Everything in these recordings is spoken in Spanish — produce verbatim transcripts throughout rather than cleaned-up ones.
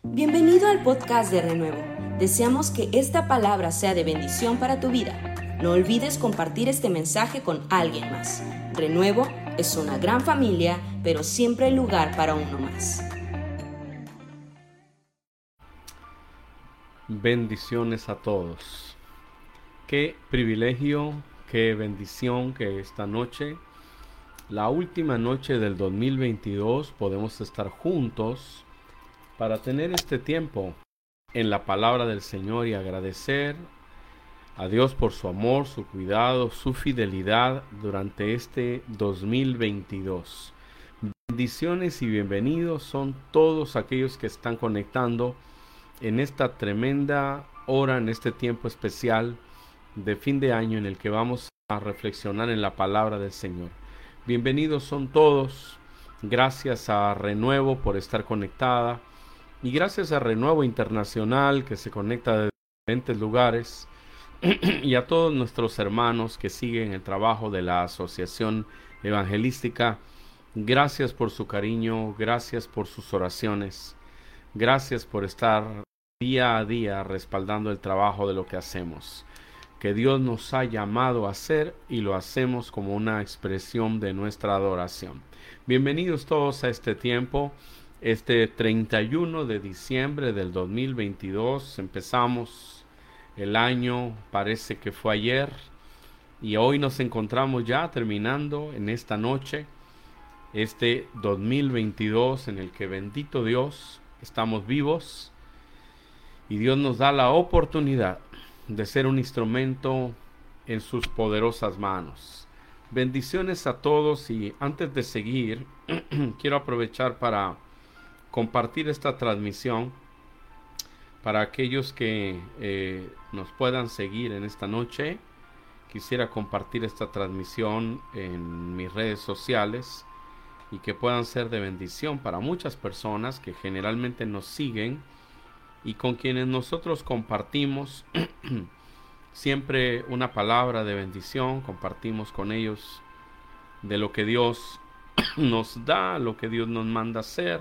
Bienvenido al podcast de Renuevo. Deseamos que esta palabra sea de bendición para tu vida. No olvides compartir este mensaje con alguien más. Renuevo es una gran familia, pero siempre hay lugar para uno más. Bendiciones a todos. Qué privilegio, qué bendición que esta noche, la última noche del dos mil veintidós, podemos estar juntos para tener este tiempo en la palabra del Señor y agradecer a Dios por su amor, su cuidado, su fidelidad durante este dos mil veintidós. Bendiciones y bienvenidos son todos aquellos que están conectando en esta tremenda hora, en este tiempo especial de fin de año en el que vamos a reflexionar en la palabra del Señor. Bienvenidos son todos. Gracias a Renuevo por estar conectada y gracias a Renuevo Internacional que se conecta de diferentes lugares y a todos nuestros hermanos que siguen el trabajo de la Asociación Evangelística. Gracias por su cariño, gracias por sus oraciones, gracias por estar día a día respaldando el trabajo de lo que hacemos, que Dios nos ha llamado a hacer y lo hacemos como una expresión de nuestra adoración. Bienvenidos todos a este tiempo, este treinta y uno de diciembre del dos mil veintidós. Empezamos el año, parece que fue ayer, y hoy nos encontramos ya terminando en esta noche este dos mil veintidós en el que, bendito Dios, estamos vivos y Dios nos da la oportunidad de ser un instrumento en sus poderosas manos. Bendiciones a todos, y antes de seguir quiero aprovechar para compartir esta transmisión para aquellos que eh, nos puedan seguir en esta noche. Quisiera compartir esta transmisión en mis redes sociales y que puedan ser de bendición para muchas personas que generalmente nos siguen y con quienes nosotros compartimos siempre una palabra de bendición. Compartimos con ellos de lo que Dios nos da, lo que Dios nos manda hacer.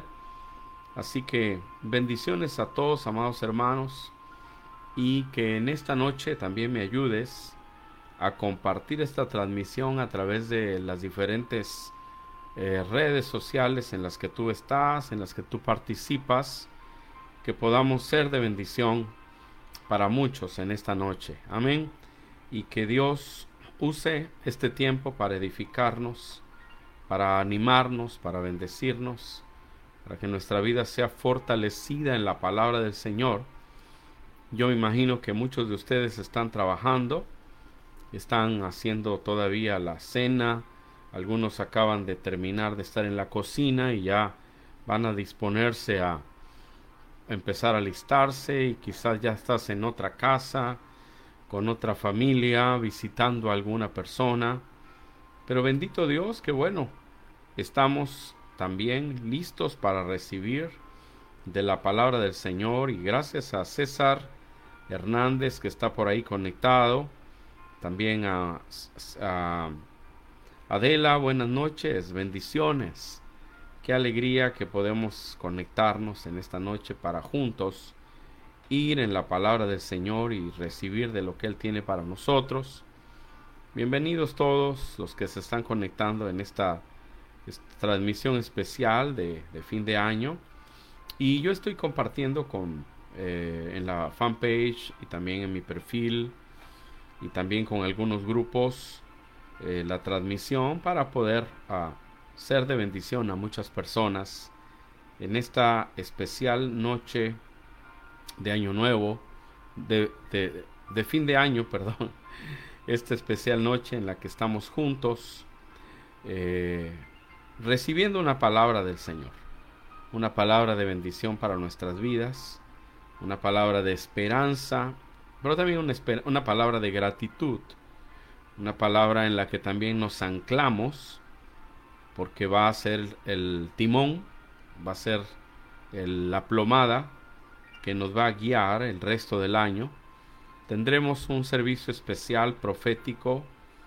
Así que bendiciones a todos, amados hermanos, y que en esta noche también me ayudes a compartir esta transmisión a través de las diferentes eh, redes sociales en las que tú estás, en las que tú participas, que podamos ser de bendición para muchos en esta noche. Amén. Y que Dios use este tiempo para edificarnos, para animarnos, para bendecirnos, para que nuestra vida sea fortalecida en la palabra del Señor. Yo me imagino que muchos de ustedes están trabajando, están haciendo todavía la cena, algunos acaban de terminar de estar en la cocina y ya van a disponerse a empezar a alistarse, y quizás ya estás en otra casa, con otra familia, visitando a alguna persona. Pero bendito Dios, que bueno, estamos también listos para recibir de la palabra del Señor, y gracias a César Hernández que está por ahí conectado, también a, a Adela, buenas noches, bendiciones. Qué alegría que podemos conectarnos en esta noche para juntos ir en la palabra del Señor y recibir de lo que Él tiene para nosotros. Bienvenidos todos los que se están conectando en esta esta transmisión especial de, de fin de año, y yo estoy compartiendo con eh, en la fanpage y también en mi perfil y también con algunos grupos eh, la transmisión para poder uh, ser de bendición a muchas personas en esta especial noche de año nuevo, de, de, de fin de año, perdón, esta especial noche en la que estamos juntos eh, recibiendo una palabra del Señor, una palabra de bendición para nuestras vidas, una palabra de esperanza, pero también una, esper- una palabra de gratitud, una palabra en la que también nos anclamos, porque va a ser el timón, va a ser el, la plomada que nos va a guiar el resto del año. Tendremos un servicio especial profético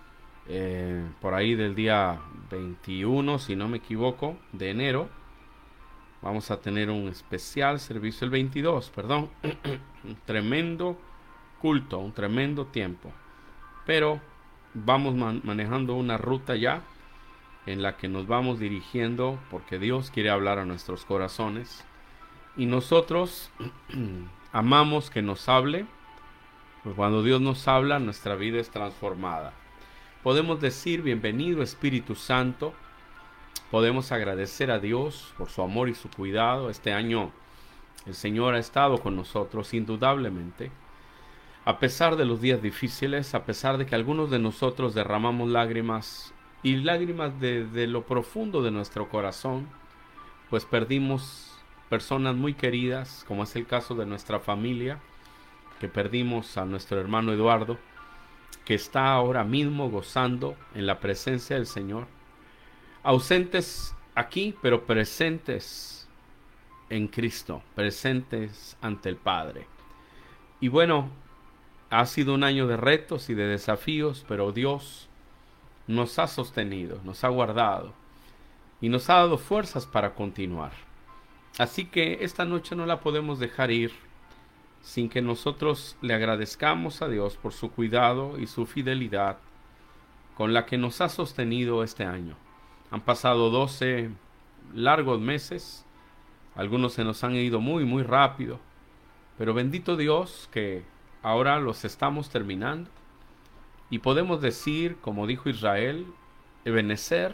Eh, por ahí del día veintiuno, si no me equivoco, de enero, Vamos a tener un especial servicio el veintidós, perdón. Un tremendo culto, un tremendo tiempo. Pero vamos man- manejando una ruta ya en la que nos vamos dirigiendo porque Dios quiere hablar a nuestros corazones. Y nosotros amamos que nos hable, pues cuando Dios nos habla, nuestra vida es transformada. Podemos decir, bienvenido Espíritu Santo. Podemos agradecer a Dios por su amor y su cuidado. Este año el Señor ha estado con nosotros, indudablemente. A pesar de los días difíciles, a pesar de que algunos de nosotros derramamos lágrimas, y lágrimas de, de lo profundo de nuestro corazón, pues perdimos personas muy queridas, como es el caso de nuestra familia, que perdimos a nuestro hermano Eduardo, que está ahora mismo gozando en la presencia del Señor. Ausentes aquí, pero presentes en Cristo, presentes ante el Padre. Y bueno, ha sido un año de retos y de desafíos, pero Dios nos ha sostenido, nos ha guardado y nos ha dado fuerzas para continuar. Así que esta noche no la podemos dejar ir sin que nosotros le agradezcamos a Dios por su cuidado y su fidelidad con la que nos ha sostenido este año. Han pasado doce largos meses, algunos se nos han ido muy muy rápido, pero bendito Dios que ahora los estamos terminando y podemos decir, como dijo Israel, Ebenezer,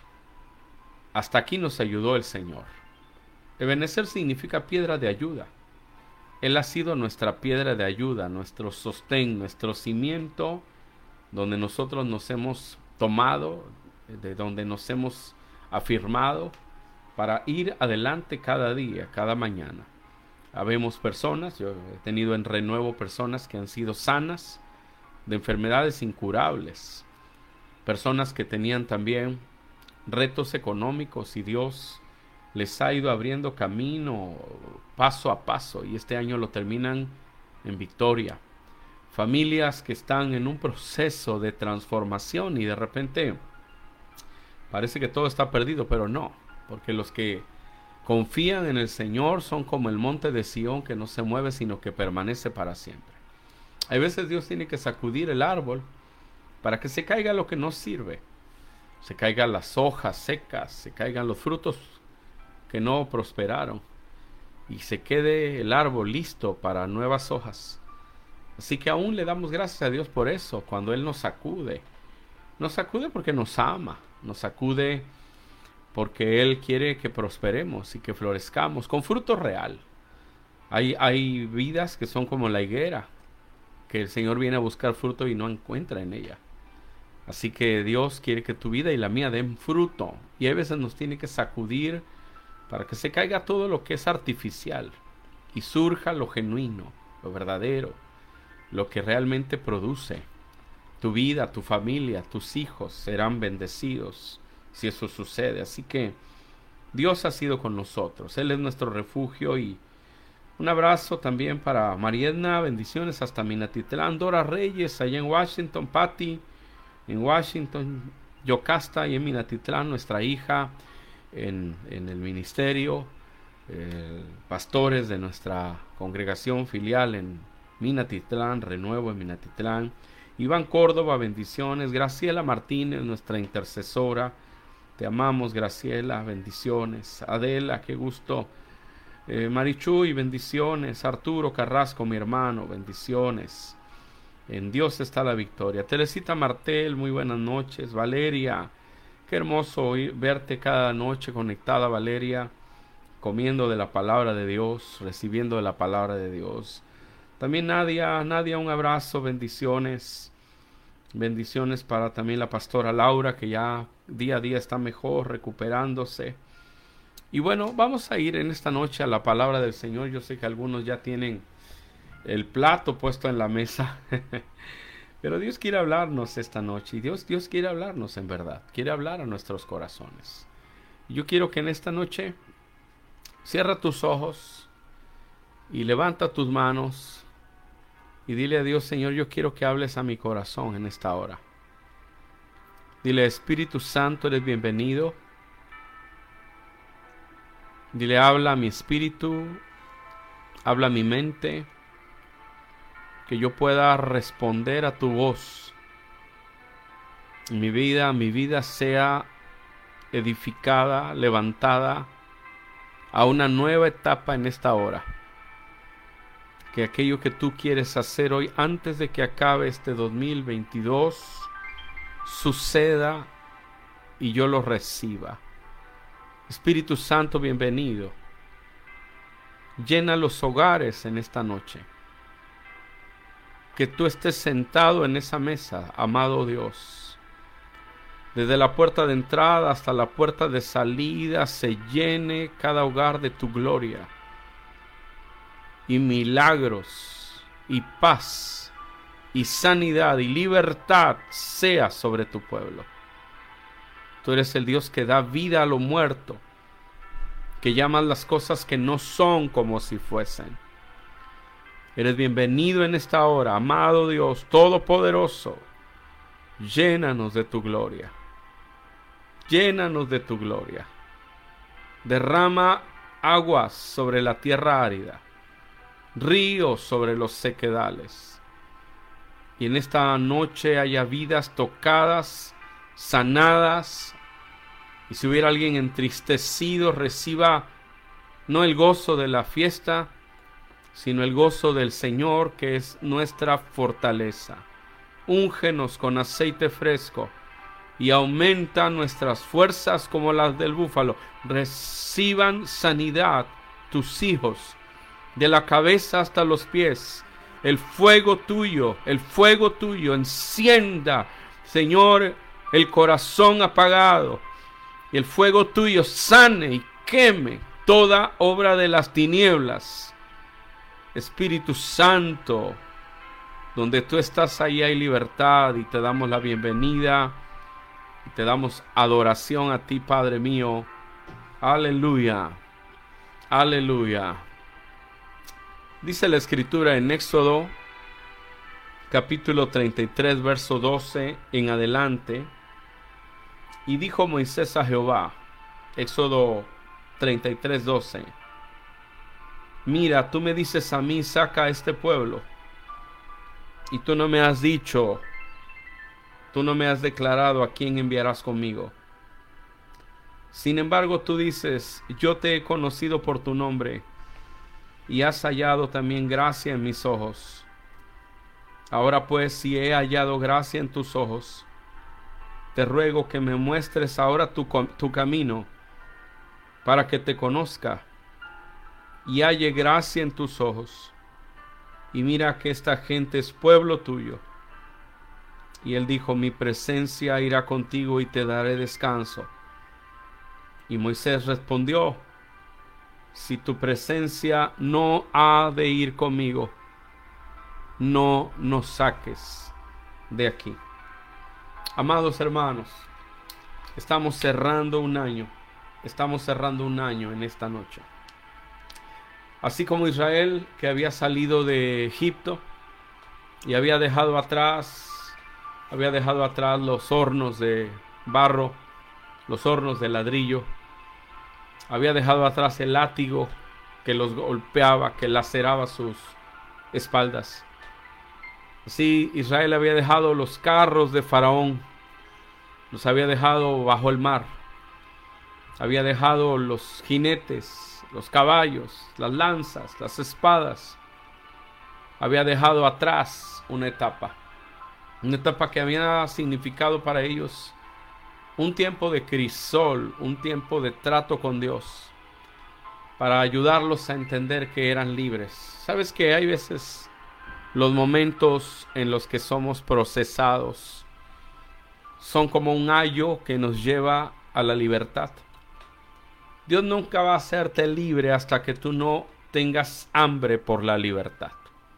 hasta aquí nos ayudó el Señor. Ebenezer significa piedra de ayuda. Él ha sido nuestra piedra de ayuda, nuestro sostén, nuestro cimiento, donde nosotros nos hemos tomado, de donde nos hemos afirmado para ir adelante cada día, cada mañana. Habemos personas, yo he tenido en Renuevo personas que han sido sanas de enfermedades incurables, personas que tenían también retos económicos y Dios les ha ido abriendo camino paso a paso y este año lo terminan en victoria. Familias que están en un proceso de transformación y de repente parece que todo está perdido, pero no, porque los que confían en el Señor son como el monte de Sión que no se mueve sino que permanece para siempre. Hay veces Dios tiene que sacudir el árbol para que se caiga lo que no sirve, se caigan las hojas secas, se caigan los frutos que no prosperaron y se quede el árbol listo para nuevas hojas. Así que aún le damos gracias a Dios por eso, cuando Él nos sacude. Nos sacude porque nos ama, nos sacude porque Él quiere que prosperemos y que florezcamos con fruto real. Hay, hay vidas que son como la higuera, que el Señor viene a buscar fruto y no encuentra en ella. Así que Dios quiere que tu vida y la mía den fruto. Y a veces nos tiene que sacudir para que se caiga todo lo que es artificial y surja lo genuino, lo verdadero, lo que realmente produce. Tu vida, tu familia, tus hijos serán bendecidos si eso sucede. Así que Dios ha sido con nosotros. Él es nuestro refugio. Y un abrazo también para Mariedna, bendiciones hasta Minatitlán, Dora Reyes allá en Washington, Patty en Washington, Yocasta y en Minatitlán, nuestra hija en, en el ministerio, eh, pastores de nuestra congregación filial en Minatitlán, Renuevo en Minatitlán, Iván Córdoba, bendiciones, Graciela Martínez, nuestra intercesora, te amamos Graciela, bendiciones, Adela, qué gusto, eh, Marichuy, bendiciones, Arturo Carrasco, mi hermano, bendiciones, en Dios está la victoria, Teresita Martel, muy buenas noches, Valeria, qué hermoso oír, verte cada noche conectada, Valeria, comiendo de la palabra de Dios, recibiendo de la palabra de Dios. También Nadia, Nadia, un abrazo, bendiciones, bendiciones para también la pastora Laura, que ya día a día está mejor, recuperándose. Y bueno, vamos a ir en esta noche a la palabra del Señor. Yo sé que algunos ya tienen el plato puesto en la mesa, pero Dios quiere hablarnos esta noche, y Dios, Dios quiere hablarnos en verdad, quiere hablar a nuestros corazones. Y yo quiero que en esta noche cierra tus ojos y levanta tus manos y dile a Dios: Señor, yo quiero que hables a mi corazón en esta hora. Dile: Espíritu Santo, eres bienvenido. Dile, habla a mi espíritu, habla a mi mente, que yo pueda responder a tu voz. Mi vida, mi vida sea edificada, levantada a una nueva etapa en esta hora. Que aquello que tú quieres hacer hoy, antes de que acabe este dos mil veintidós, suceda y yo lo reciba. Espíritu Santo, bienvenido. Llena los hogares en esta noche. Que tú estés sentado en esa mesa, amado Dios. Desde la puerta de entrada hasta la puerta de salida, se llene cada hogar de tu gloria. Y milagros, y paz, y sanidad, y libertad sea sobre tu pueblo. Tú eres el Dios que da vida a lo muerto, que llamas las cosas que no son como si fuesen. Eres bienvenido en esta hora, amado Dios Todopoderoso. Llénanos de tu gloria. Llénanos de tu gloria. Derrama aguas sobre la tierra árida, ríos sobre los sequedales. Y en esta noche haya vidas tocadas, sanadas. Y si hubiera alguien entristecido, reciba no el gozo de la fiesta, sino el gozo del Señor, que es nuestra fortaleza. Úngenos con aceite fresco y aumenta nuestras fuerzas como las del búfalo. Reciban sanidad tus hijos, de la cabeza hasta los pies. El fuego tuyo, el fuego tuyo encienda, Señor, el corazón apagado. Y el fuego tuyo sane y queme toda obra de las tinieblas. Espíritu Santo, donde tú estás, ahí hay libertad, y te damos la bienvenida y te damos adoración a ti, Padre mío. Aleluya, aleluya. Dice la Escritura en Éxodo capítulo treinta y tres, verso doce en adelante: y dijo Moisés a Jehová, Éxodo treinta y tres, doce: mira, tú me dices a mí, saca a este pueblo, y tú no me has dicho, tú no me has declarado a quién enviarás conmigo. Sin embargo, tú dices, yo te he conocido por tu nombre, y has hallado también gracia en mis ojos. Ahora pues, si he hallado gracia en tus ojos, te ruego que me muestres ahora tu, tu camino, para que te conozca y halle gracia en tus ojos. Y mira que esta gente es pueblo tuyo. Y él dijo, mi presencia irá contigo y te daré descanso. Y Moisés respondió, si tu presencia no ha de ir conmigo, no nos saques de aquí. Amados hermanos, estamos cerrando un año, estamos cerrando un año en esta noche. Así como Israel, que había salido de Egipto y había dejado atrás, había dejado atrás los hornos de barro, los hornos de ladrillo, había dejado atrás el látigo que los golpeaba, que laceraba sus espaldas. Así Israel había dejado los carros de Faraón, los había dejado bajo el mar, había dejado los jinetes, los caballos, las lanzas, las espadas. Había dejado atrás una etapa, una etapa que había significado para ellos un tiempo de crisol, un tiempo de trato con Dios, para ayudarlos a entender que eran libres. ¿Sabes que hay veces los momentos en los que somos procesados son como un ayo que nos lleva a la libertad? Dios nunca va a hacerte libre hasta que tú no tengas hambre por la libertad.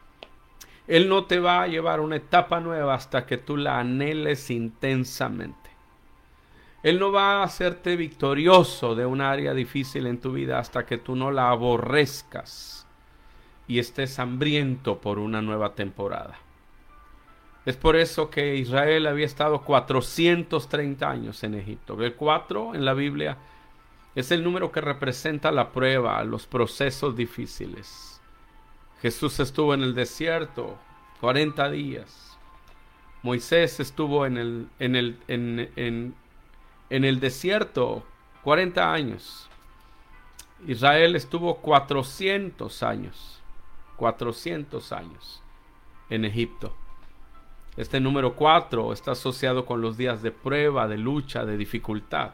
Él no te va a llevar a una etapa nueva hasta que tú la anheles intensamente. Él no va a hacerte victorioso de un área difícil en tu vida hasta que tú no la aborrezcas y estés hambriento por una nueva temporada. Es por eso que Israel había estado cuatrocientos treinta años en Egipto. El cuatro en la Biblia Es el número que representa la prueba, los procesos difíciles. Jesús estuvo en el desierto cuarenta días. Moisés estuvo en el, en el, en, en, en el desierto cuarenta años. Israel estuvo cuatrocientos años. cuatrocientos años en Egipto. Este número cuatro está asociado con los días de prueba, de lucha, de dificultad.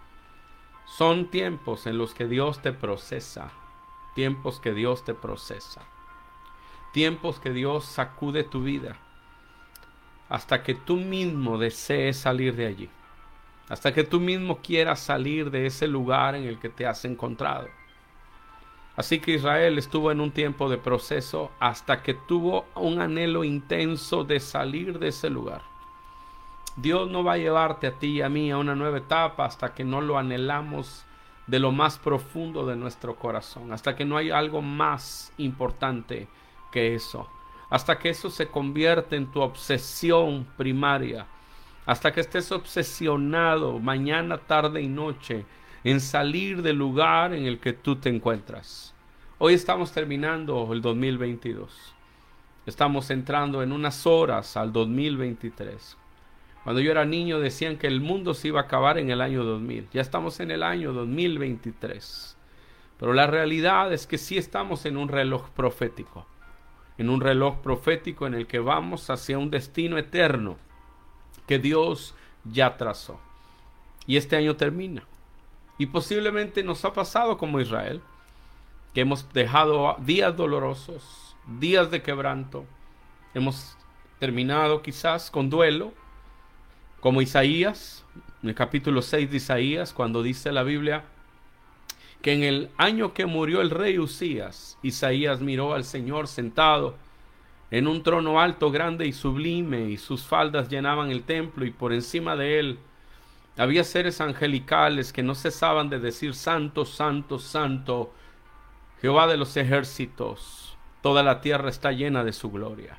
Son tiempos en los que Dios te procesa, tiempos que Dios te procesa, tiempos que Dios sacude tu vida, hasta que tú mismo desees salir de allí, hasta que tú mismo quieras salir de ese lugar en el que te has encontrado. Así que Israel estuvo en un tiempo de proceso hasta que tuvo un anhelo intenso de salir de ese lugar. Dios no va a llevarte a ti y a mí a una nueva etapa hasta que no lo anhelamos de lo más profundo de nuestro corazón, hasta que no hay algo más importante que eso, hasta que eso se convierte en tu obsesión primaria, hasta que estés obsesionado mañana, tarde y noche en salir del lugar en el que tú te encuentras. Hoy estamos terminando el dos mil veintidós. Estamos entrando en unas horas al dos mil veintitrés. Cuando yo era niño decían que el mundo se iba a acabar en el año dos mil. Ya estamos en el año dos mil veintitrés. Pero la realidad es que sí estamos en un reloj profético. En un reloj profético en el que vamos hacia un destino eterno que Dios ya trazó. Y este año termina. Y posiblemente nos ha pasado como Israel, que hemos dejado días dolorosos, días de quebranto. Hemos terminado quizás con duelo, como Isaías, en el capítulo seis de Isaías, cuando dice la Biblia que en el año que murió el rey Usías, Isaías miró al Señor sentado en un trono alto, grande y sublime, y sus faldas llenaban el templo, y por encima de él había seres angelicales que no cesaban de decir: Santo, Santo, Santo, Jehová de los ejércitos, toda la tierra está llena de su gloria.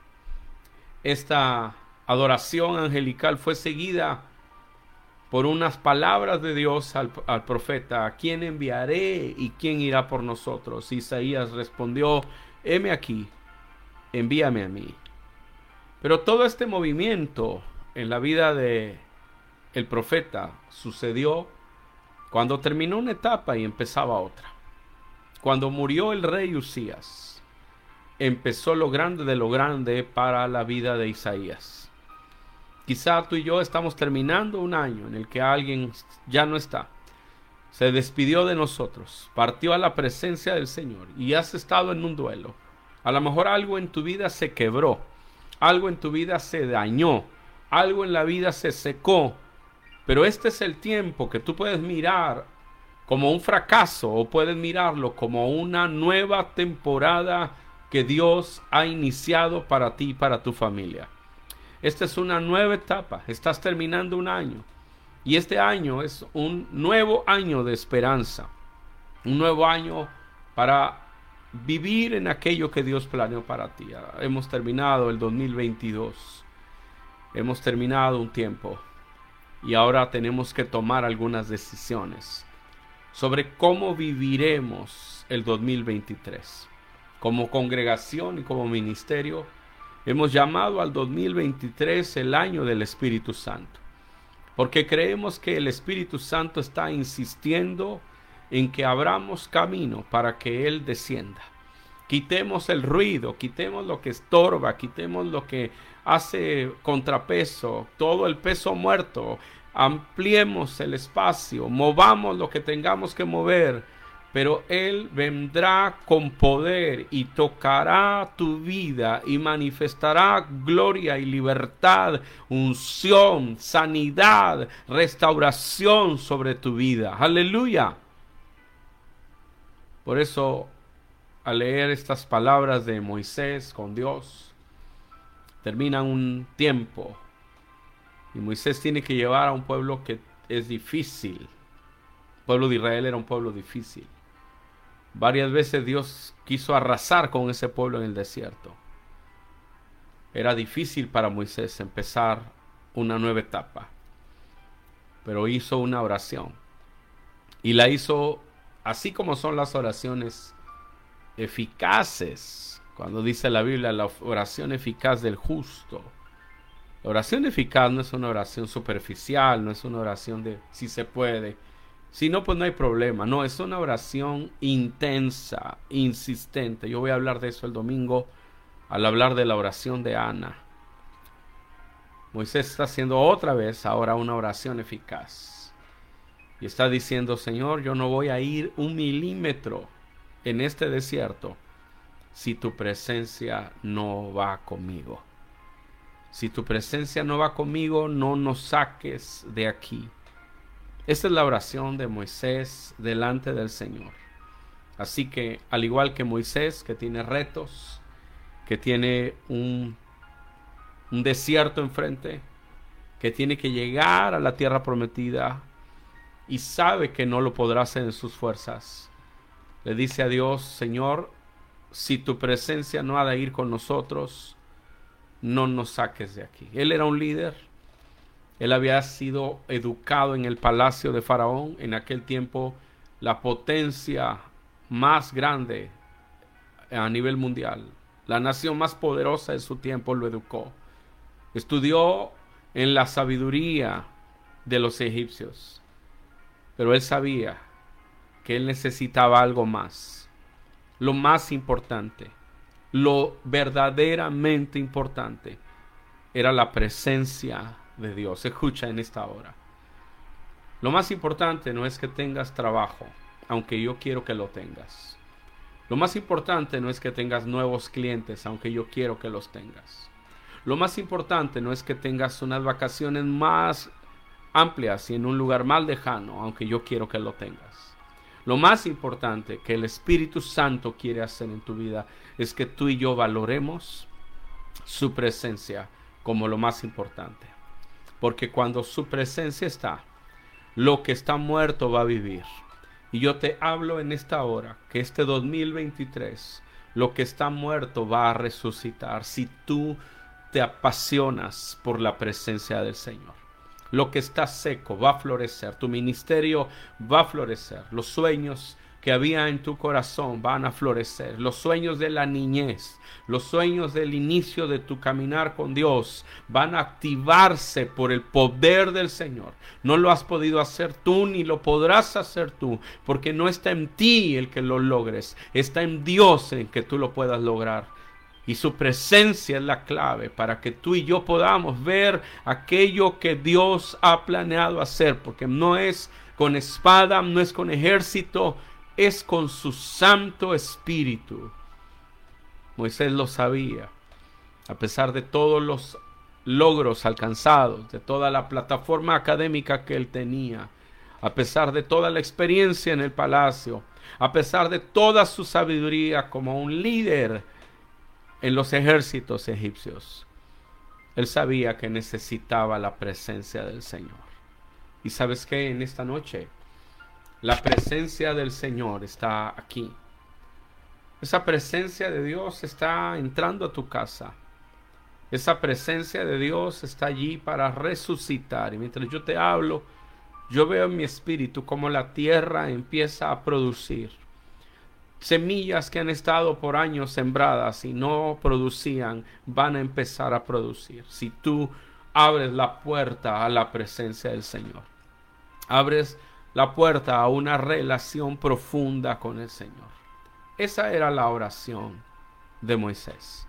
Esta adoración angelical fue seguida por unas palabras de Dios al, al profeta: ¿a quién enviaré y quién irá por nosotros? Isaías respondió: heme aquí, envíame a mí. Pero todo este movimiento en la vida de el profeta sucedió cuando terminó una etapa y empezaba otra. Cuando murió el rey Usías, empezó lo grande de lo grande para la vida de Isaías. Quizá tú y yo estamos terminando un año en el que alguien ya no está. Se despidió de nosotros, partió a la presencia del Señor y has estado en un duelo. A lo mejor algo en tu vida se quebró, algo en tu vida se dañó, algo en la vida se secó. Pero este es el tiempo que tú puedes mirar como un fracaso o puedes mirarlo como una nueva temporada que Dios ha iniciado para ti y para tu familia. Esta es una nueva etapa, estás terminando un año y este año es un nuevo año de esperanza, un nuevo año para vivir en aquello que Dios planeó para ti. Hemos terminado el dos mil veintidós, hemos terminado un tiempo y ahora tenemos que tomar algunas decisiones sobre cómo viviremos el dos mil veintitrés. Como congregación y como ministerio, hemos llamado al dos mil veintitrés el año del Espíritu Santo, porque creemos que el Espíritu Santo está insistiendo en que abramos camino para que Él descienda. Quitemos el ruido, quitemos lo que estorba, quitemos lo que hace contrapeso, todo el peso muerto, ampliemos el espacio, movamos lo que tengamos que mover, pero Él vendrá con poder y tocará tu vida y manifestará gloria y libertad, unción, sanidad, restauración sobre tu vida. ¡Aleluya! Por eso, al leer estas palabras de Moisés con Dios, termina un tiempo y Moisés tiene que llevar a un pueblo que es difícil. El pueblo de Israel era un pueblo difícil. Varias veces Dios quiso arrasar con ese pueblo en el desierto. Era difícil para Moisés empezar una nueva etapa, pero hizo una oración y la hizo así como son las oraciones eficaces, cuando dice la Biblia, la oración eficaz del justo. La oración eficaz no es una oración superficial, no es una oración de si se puede. Si no, pues no hay problema. No, es una oración intensa, insistente. Yo voy a hablar de eso el domingo al hablar de la oración de Ana. Moisés está haciendo otra vez ahora una oración eficaz. Y está diciendo, Señor, yo no voy a ir un milímetro en este desierto si tu presencia no va conmigo. Si tu presencia no va conmigo, no nos saques de aquí. Esta es la oración de Moisés delante del Señor. Así que, al igual que Moisés, que tiene retos, que tiene un, un desierto enfrente, que tiene que llegar a la tierra prometida y sabe que no lo podrá hacer en sus fuerzas, le dice a Dios, Señor, si tu presencia no ha de ir con nosotros, no nos saques de aquí. Él era un líder. Él había sido educado en el palacio de Faraón. En aquel tiempo, la potencia más grande a nivel mundial, la nación más poderosa de su tiempo, lo educó. Estudió en la sabiduría de los egipcios. Pero él sabía que él necesitaba algo más. Lo más importante, lo verdaderamente importante, era la presencia de Dios. Escucha en esta hora. Lo más importante no es que tengas trabajo, aunque yo quiero que lo tengas. Lo más importante no es que tengas nuevos clientes, aunque yo quiero que los tengas. Lo más importante no es que tengas unas vacaciones más amplias y en un lugar más lejano, aunque yo quiero que lo tengas. Lo más importante que el Espíritu Santo quiere hacer en tu vida es que tú y yo valoremos su presencia como lo más importante. Porque cuando su presencia está, lo que está muerto va a vivir. Y yo te hablo en esta hora que este dos mil veintitrés, lo que está muerto va a resucitar si tú te apasionas por la presencia del Señor. Lo que está seco va a florecer, tu ministerio va a florecer, los sueños que había en tu corazón van a florecer, los sueños de la niñez, los sueños del inicio de tu caminar con Dios van a activarse por el poder del Señor. No lo has podido hacer tú ni lo podrás hacer tú, porque no está en ti el que lo logres, está en Dios en que tú lo puedas lograr. Y su presencia es la clave para que tú y yo podamos ver aquello que Dios ha planeado hacer. Porque no es con espada, no es con ejército, es con su Santo Espíritu. Moisés lo sabía. A pesar de todos los logros alcanzados, de toda la plataforma académica que él tenía, a pesar de toda la experiencia en el palacio, a pesar de toda su sabiduría como un líder en los ejércitos egipcios, él sabía que necesitaba la presencia del Señor. Y ¿sabes qué? En esta noche, la presencia del Señor está aquí. Esa presencia de Dios está entrando a tu casa. Esa presencia de Dios está allí para resucitar. Y mientras yo te hablo, yo veo en mi espíritu cómo la tierra empieza a producir. Semillas que han estado por años sembradas y no producían, van a empezar a producir. Si tú abres la puerta a la presencia del Señor, abres la puerta a una relación profunda con el Señor. Esa era la oración de Moisés.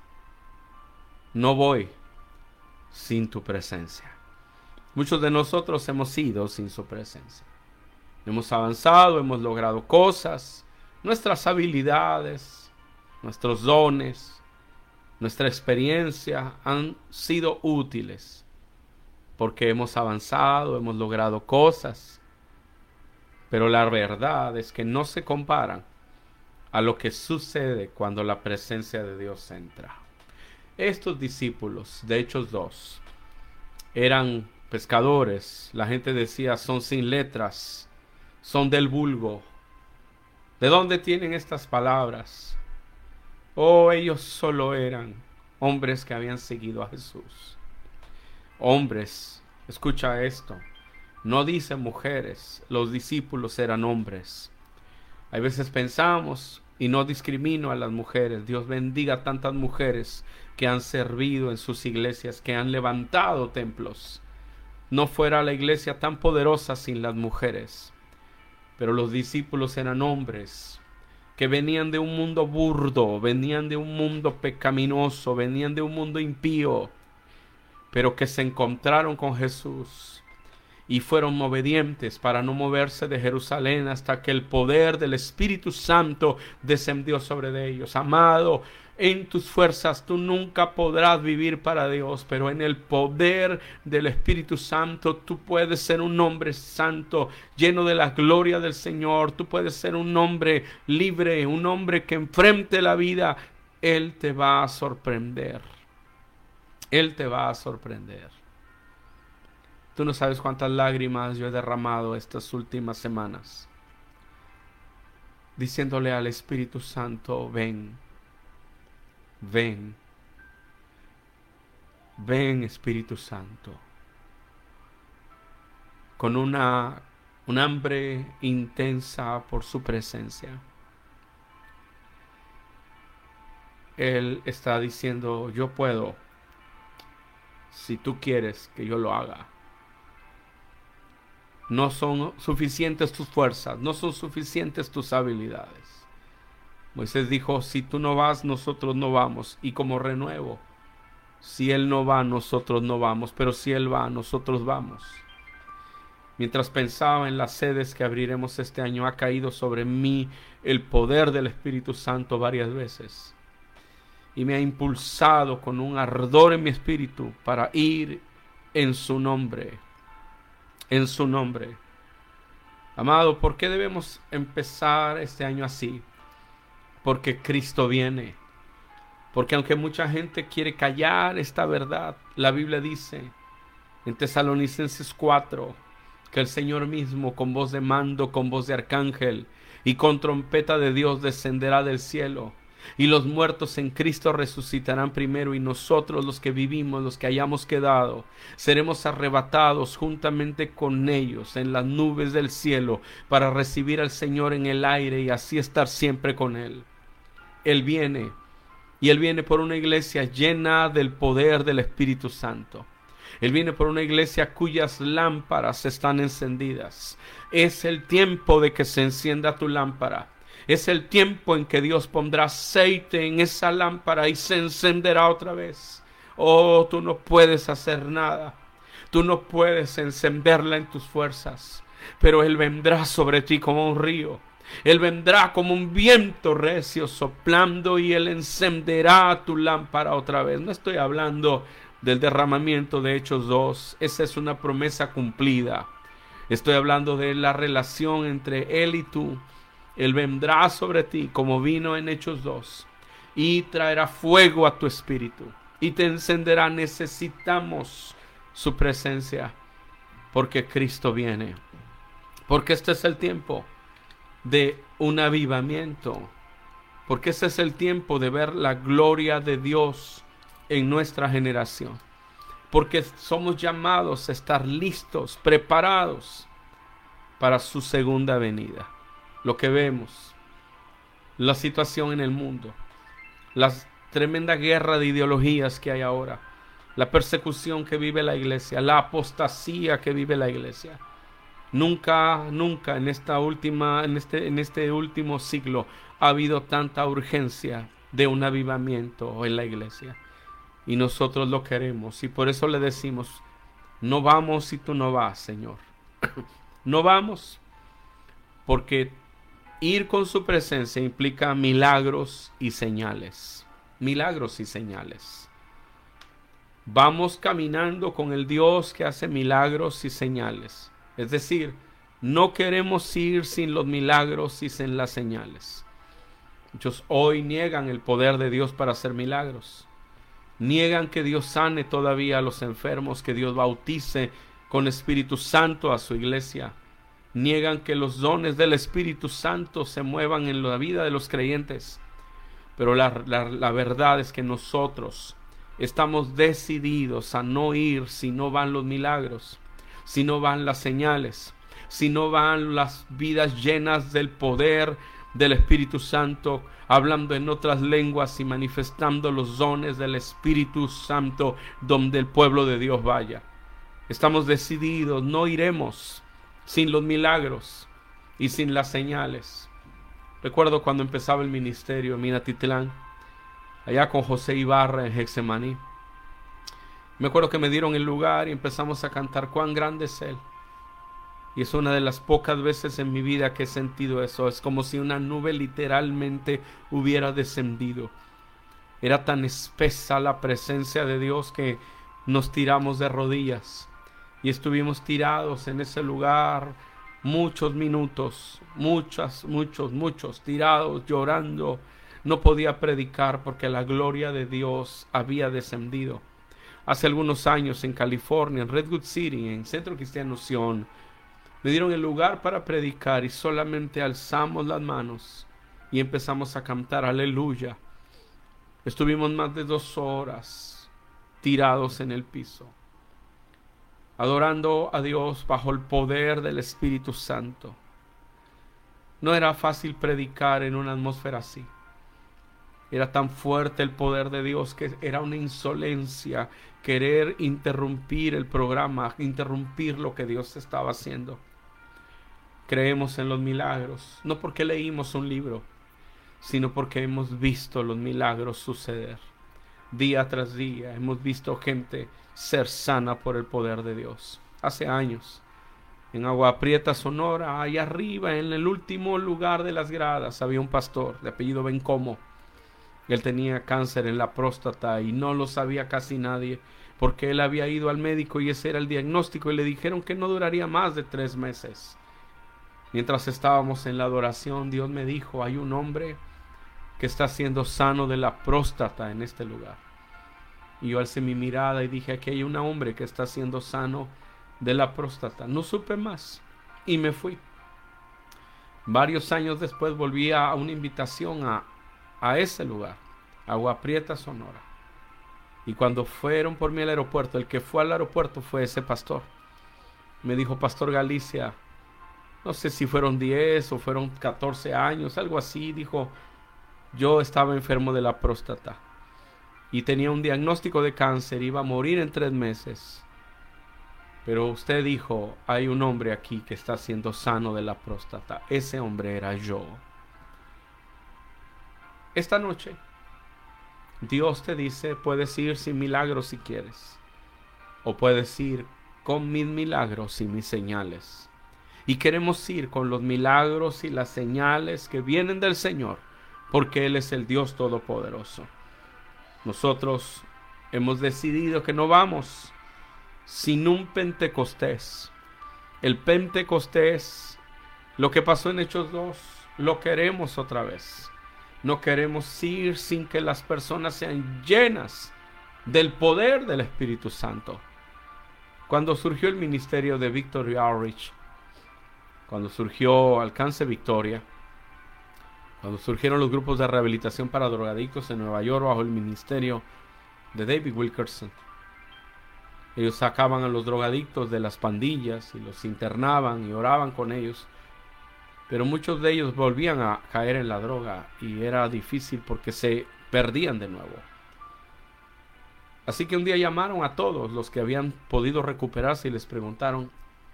No voy sin tu presencia. Muchos de nosotros hemos ido sin su presencia. Hemos avanzado, hemos logrado cosas. Nuestras habilidades, nuestros dones, nuestra experiencia han sido útiles porque hemos avanzado, hemos logrado cosas, pero la verdad es que no se comparan a lo que sucede cuando la presencia de Dios entra. Estos discípulos de Hechos dos eran pescadores. La gente decía, son sin letras, son del vulgo. ¿De dónde tienen estas palabras? Oh, ellos solo eran hombres que habían seguido a Jesús. Hombres, escucha esto, no dice mujeres, los discípulos eran hombres. Hay veces pensamos, y no discrimino a las mujeres, Dios bendiga a tantas mujeres que han servido en sus iglesias, que han levantado templos. No fuera la iglesia tan poderosa sin las mujeres. Pero los discípulos eran hombres que venían de un mundo burdo, venían de un mundo pecaminoso, venían de un mundo impío, pero que se encontraron con Jesús y fueron obedientes para no moverse de Jerusalén hasta que el poder del Espíritu Santo descendió sobre ellos. Amado, en tus fuerzas tú nunca podrás vivir para Dios, pero en el poder del Espíritu Santo tú puedes ser un hombre santo, lleno de la gloria del Señor. Tú puedes ser un hombre libre, un hombre que enfrente la vida. Él te va a sorprender. Él te va a sorprender. Tú no sabes cuántas lágrimas yo he derramado estas últimas semanas, diciéndole al Espíritu Santo, ven, ven, ven Espíritu Santo, con una, un hambre intensa por su presencia. Él está diciendo, yo puedo, si tú quieres que yo lo haga. No son suficientes tus fuerzas, no son suficientes tus habilidades. Moisés dijo, si tú no vas, nosotros no vamos. Y como renuevo, si él no va, nosotros no vamos, pero si él va, nosotros vamos. Mientras pensaba en las sedes que abriremos este año, ha caído sobre mí el poder del Espíritu Santo varias veces. Y me ha impulsado con un ardor en mi espíritu para ir en su nombre. En su nombre. Amado, ¿por qué debemos empezar este año así? Porque Cristo viene. Porque aunque mucha gente quiere callar esta verdad, la Biblia dice en Tesalonicenses cuatro que el Señor mismo con voz de mando, con voz de arcángel y con trompeta de Dios descenderá del cielo. Y los muertos en Cristo resucitarán primero, y nosotros los que vivimos, los que hayamos quedado, seremos arrebatados juntamente con ellos en las nubes del cielo para recibir al Señor en el aire y así estar siempre con Él. Él viene, y Él viene por una iglesia llena del poder del Espíritu Santo. Él viene por una iglesia cuyas lámparas están encendidas. Es el tiempo de que se encienda tu lámpara. Es el tiempo en que Dios pondrá aceite en esa lámpara y se encenderá otra vez. Oh, tú no puedes hacer nada. Tú no puedes encenderla en tus fuerzas. Pero Él vendrá sobre ti como un río. Él vendrá como un viento recio soplando y Él encenderá tu lámpara otra vez. No estoy hablando del derramamiento de Hechos dos. Esa es una promesa cumplida. Estoy hablando de la relación entre Él y tú. Él vendrá sobre ti como vino en Hechos dos y traerá fuego a tu espíritu y te encenderá. Necesitamos su presencia porque Cristo viene. Porque este es el tiempo de un avivamiento. Porque este es el tiempo de ver la gloria de Dios en nuestra generación. Porque somos llamados a estar listos, preparados para su segunda venida. Lo que vemos, la situación en el mundo, la tremenda guerra de ideologías que hay ahora, la persecución que vive la iglesia, la apostasía que vive la iglesia. Nunca, nunca en esta última, en este, en este último siglo ha habido tanta urgencia de un avivamiento en la iglesia. Y nosotros lo queremos y por eso le decimos, no vamos si tú no vas, Señor. No vamos porque ir con su presencia implica milagros y señales. Milagros y señales. Vamos caminando con el Dios que hace milagros y señales. Es decir, no queremos ir sin los milagros y sin las señales. Muchos hoy niegan el poder de Dios para hacer milagros. Niegan que Dios sane todavía a los enfermos, que Dios bautice con Espíritu Santo a su iglesia. Niegan que los dones del Espíritu Santo se muevan en la vida de los creyentes. Pero la, la, la verdad es que nosotros estamos decididos a no ir si no van los milagros, si no van las señales, si no van las vidas llenas del poder del Espíritu Santo, hablando en otras lenguas y manifestando los dones del Espíritu Santo donde el pueblo de Dios vaya. Estamos decididos, no iremos sin los milagros y sin las señales. Recuerdo cuando empezaba el ministerio en Minatitlán, allá con José Ibarra en Getsemaní. Me acuerdo que me dieron el lugar y empezamos a cantar cuán grande es Él. Y es una de las pocas veces en mi vida que he sentido eso. Es como si una nube literalmente hubiera descendido. Era tan espesa la presencia de Dios que nos tiramos de rodillas. Y estuvimos tirados en ese lugar muchos minutos, muchas, muchos, muchos, tirados, llorando. No podía predicar porque la gloria de Dios había descendido. Hace algunos años en California, en Redwood City, en Centro Cristiano Sion, me dieron el lugar para predicar y solamente alzamos las manos y empezamos a cantar aleluya. Estuvimos más de dos horas tirados en el piso, adorando a Dios bajo el poder del Espíritu Santo. No era fácil predicar en una atmósfera así. Era tan fuerte el poder de Dios que era una insolencia querer interrumpir el programa, interrumpir lo que Dios estaba haciendo. Creemos en los milagros, no porque leímos un libro, sino porque hemos visto los milagros suceder. Día tras día hemos visto gente ser sana por el poder de Dios. Hace años, en Agua Prieta, Sonora, allá arriba, en el último lugar de las gradas, había un pastor de apellido Bencomo. Él tenía cáncer en la próstata y no lo sabía casi nadie, porque él había ido al médico y ese era el diagnóstico y le dijeron que no duraría más de tres meses. Mientras estábamos en la adoración, Dios me dijo, hay un hombre que está siendo sano de la próstata en este lugar. Y yo alcé mi mirada y dije, aquí hay un hombre que está siendo sano de la próstata. No supe más y me fui. Varios años después volví a una invitación a, a ese lugar, Agua Prieta, Sonora. Y cuando fueron por mí al aeropuerto, el que fue al aeropuerto fue ese pastor. Me dijo, Pastor Galicia, no sé si fueron diez o fueron catorce años, algo así. Dijo, yo estaba enfermo de la próstata y tenía un diagnóstico de cáncer, iba a morir en tres meses. Pero usted dijo, hay un hombre aquí que está siendo sano de la próstata. Ese hombre era yo. Esta noche, Dios te dice, puedes ir sin milagros si quieres, o puedes ir con mis milagros y mis señales. Y queremos ir con los milagros y las señales que vienen del Señor, porque Él es el Dios Todopoderoso. Nosotros hemos decidido que no vamos sin un Pentecostés. El Pentecostés, lo que pasó en Hechos dos, lo queremos otra vez. No queremos ir sin que las personas sean llenas del poder del Espíritu Santo. Cuando surgió el ministerio de Victory Outreach, cuando surgió Alcance Victoria, cuando surgieron los grupos de rehabilitación para drogadictos en Nueva York bajo el ministerio de David Wilkerson, ellos sacaban a los drogadictos de las pandillas y los internaban y oraban con ellos, pero muchos de ellos volvían a caer en la droga y era difícil porque se perdían de nuevo. Así que un día llamaron a todos los que habían podido recuperarse y les preguntaron,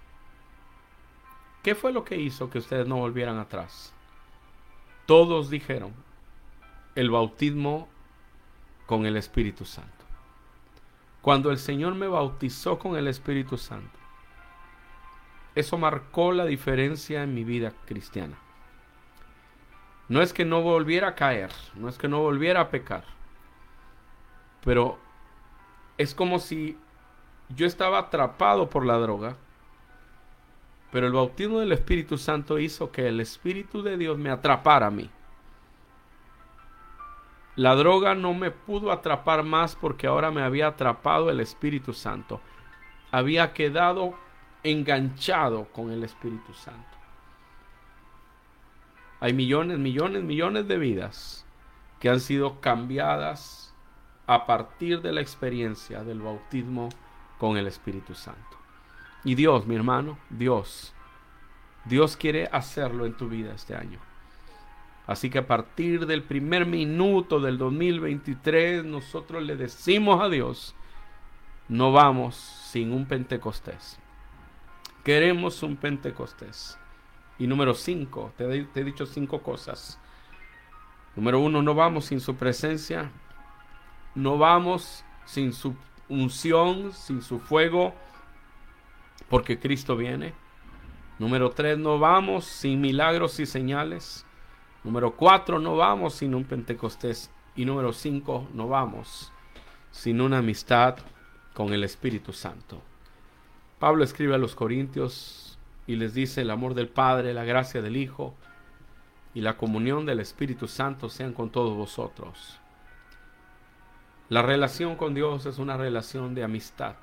¿qué fue lo que hizo que ustedes no volvieran atrás? Todos dijeron, el bautismo con el Espíritu Santo. Cuando el Señor me bautizó con el Espíritu Santo, eso marcó la diferencia en mi vida cristiana. No es que no volviera a caer, no es que no volviera a pecar, pero es como si yo estaba atrapado por la droga, pero el bautismo del Espíritu Santo hizo que el Espíritu de Dios me atrapara a mí. La droga no me pudo atrapar más porque ahora me había atrapado el Espíritu Santo. Había quedado enganchado con el Espíritu Santo. Hay millones, millones, millones de vidas que han sido cambiadas a partir de la experiencia del bautismo con el Espíritu Santo. Y Dios, mi hermano, Dios, Dios quiere hacerlo en tu vida este año. Así que a partir del primer minuto del dos mil veintitrés, nosotros le decimos a Dios, no vamos sin un Pentecostés. Queremos un Pentecostés. Y número cinco, te, te he dicho cinco cosas. Número uno, no vamos sin su presencia. No vamos sin su unción, sin su fuego, porque Cristo viene. Número tres, no vamos sin milagros y señales. Número cuatro, no vamos sin un Pentecostés. Y número cinco, no vamos sin una amistad con el Espíritu Santo. Pablo escribe a los Corintios y les dice: el amor del Padre, la gracia del Hijo y la comunión del Espíritu Santo sean con todos vosotros. La relación con Dios es una relación de amistad.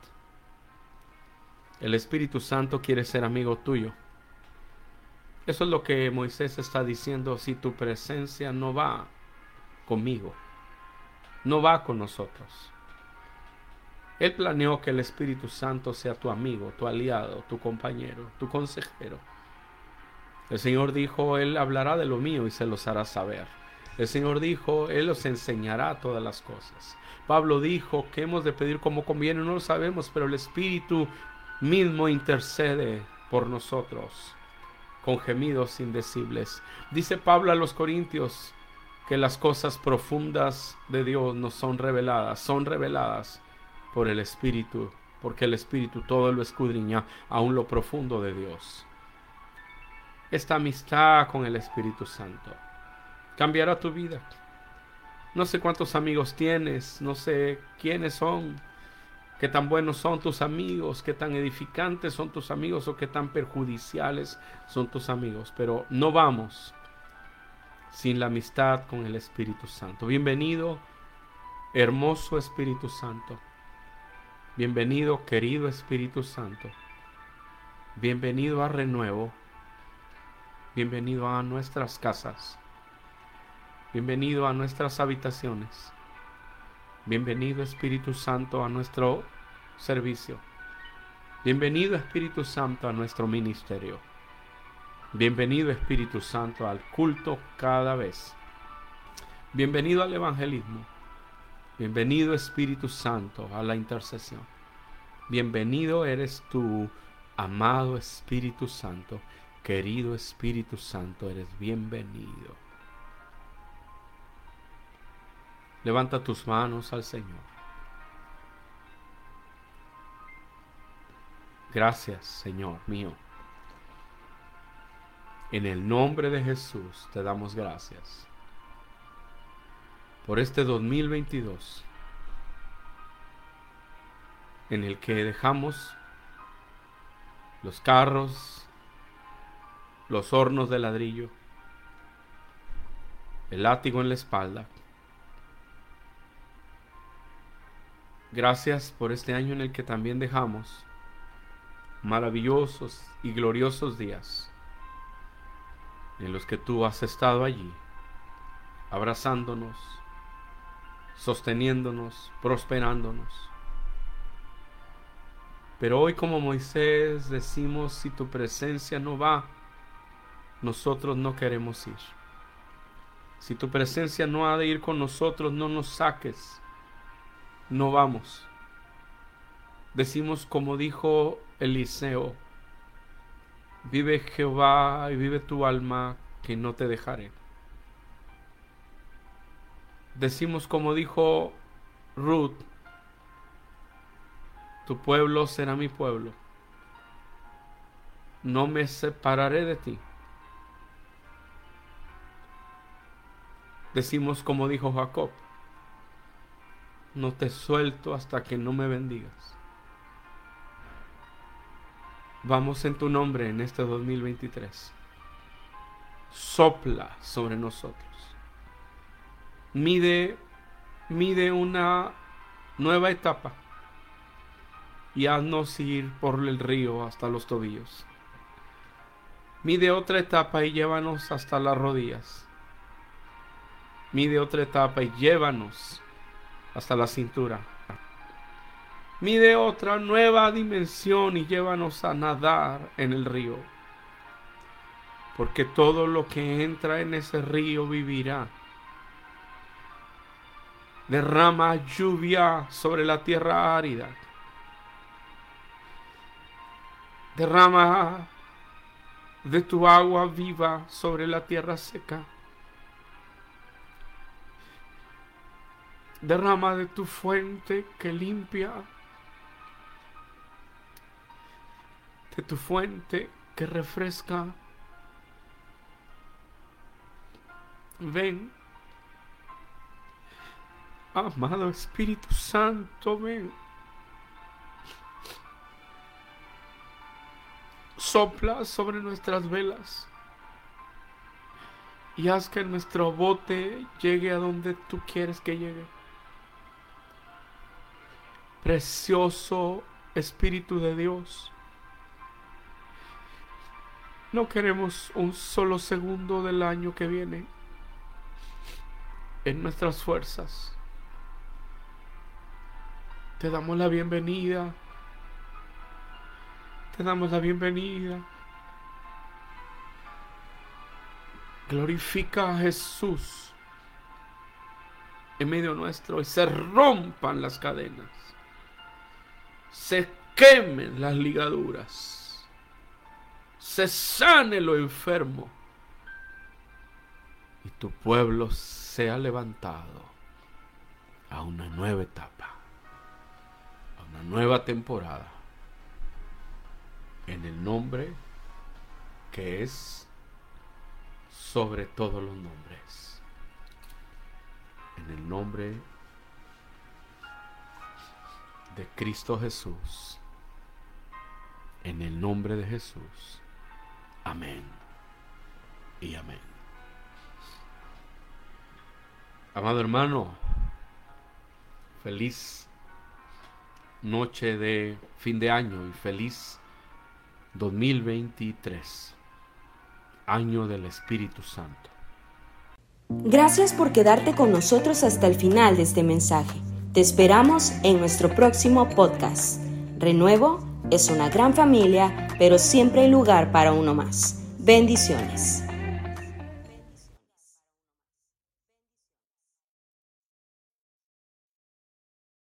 El Espíritu Santo quiere ser amigo tuyo. Eso es lo que Moisés está diciendo: si tu presencia no va conmigo, no va con nosotros. Él planeó que el Espíritu Santo sea tu amigo, tu aliado, tu compañero, tu consejero. El Señor dijo: Él hablará de lo mío y se los hará saber. El Señor dijo: Él os enseñará todas las cosas. Pablo dijo que hemos de pedir como conviene, no lo sabemos, pero el Espíritu mismo intercede por nosotros con gemidos indecibles. Dice Pablo a los Corintios que las cosas profundas de Dios no son reveladas, son reveladas por el Espíritu, porque el Espíritu todo lo escudriña, aún lo profundo de Dios. Esta amistad con el Espíritu Santo cambiará tu vida. No sé cuántos amigos tienes, no sé quiénes son, qué tan buenos son tus amigos, qué tan edificantes son tus amigos o qué tan perjudiciales son tus amigos, pero no vamos sin la amistad con el Espíritu Santo. Bienvenido, hermoso Espíritu Santo. Bienvenido, querido Espíritu Santo. Bienvenido a Renuevo. Bienvenido a nuestras casas. Bienvenido a nuestras habitaciones. Bienvenido, Espíritu Santo, a nuestro servicio. Bienvenido, Espíritu Santo, a nuestro ministerio. Bienvenido, Espíritu Santo, al culto cada vez. Bienvenido al evangelismo. Bienvenido, Espíritu Santo, a la intercesión. Bienvenido eres tú, amado Espíritu Santo. Querido Espíritu Santo, eres bienvenido. Levanta tus manos al Señor. Gracias, Señor mío. En el nombre de Jesús te damos gracias por este dos mil veintidós en el que dejamos los carros, los hornos de ladrillo, el látigo en la espalda. Gracias por este año en el que también dejamos maravillosos y gloriosos días en los que tú has estado allí, abrazándonos, sosteniéndonos, prosperándonos. Pero hoy, como Moisés, decimos: si tu presencia no va, nosotros no queremos ir. Si tu presencia no ha de ir con nosotros, no nos saques. No vamos. Decimos como dijo Eliseo: vive Jehová y vive tu alma, que no te dejaré. Decimos como dijo Ruth: tu pueblo será mi pueblo, no me separaré de ti. Decimos como dijo Jacob: no te suelto hasta que no me bendigas. Vamos en tu nombre en este dos mil veintitrés. Sopla sobre nosotros. Mide, mide una nueva etapa y haznos ir por el río hasta los tobillos. Mide otra etapa y llévanos hasta las rodillas. Mide otra etapa y llévanos hasta la cintura. Mide otra nueva dimensión y llévanos a nadar en el río. porque todo lo que entra en ese río vivirá. Derrama lluvia sobre la tierra árida. Derrama de tu agua viva sobre la tierra seca. Derrama de tu fuente que limpia, de tu fuente que refresca. Ven, amado Espíritu Santo, ven. Sopla sobre nuestras velas y haz que nuestro bote llegue a donde tú quieres que llegue. Precioso Espíritu de Dios, no queremos un solo segundo del año que viene en nuestras fuerzas. Te damos la bienvenida. Te damos la bienvenida. Glorifica a Jesús en medio nuestro y se rompan las cadenas. Se quemen las ligaduras. Se sane lo enfermo. Y tu pueblo sea levantado a una nueva etapa, a una nueva temporada. En el nombre que es sobre todos los nombres. En el nombre de Cristo Jesús. En el nombre de Jesús. Amén y amén. Amado hermano, feliz noche de fin de año y feliz dos mil veintitrés, año del Espíritu Santo. Gracias por quedarte con nosotros hasta el final de este mensaje. Te esperamos en nuestro próximo podcast. Renuevo es una gran familia, pero siempre hay lugar para uno más. Bendiciones.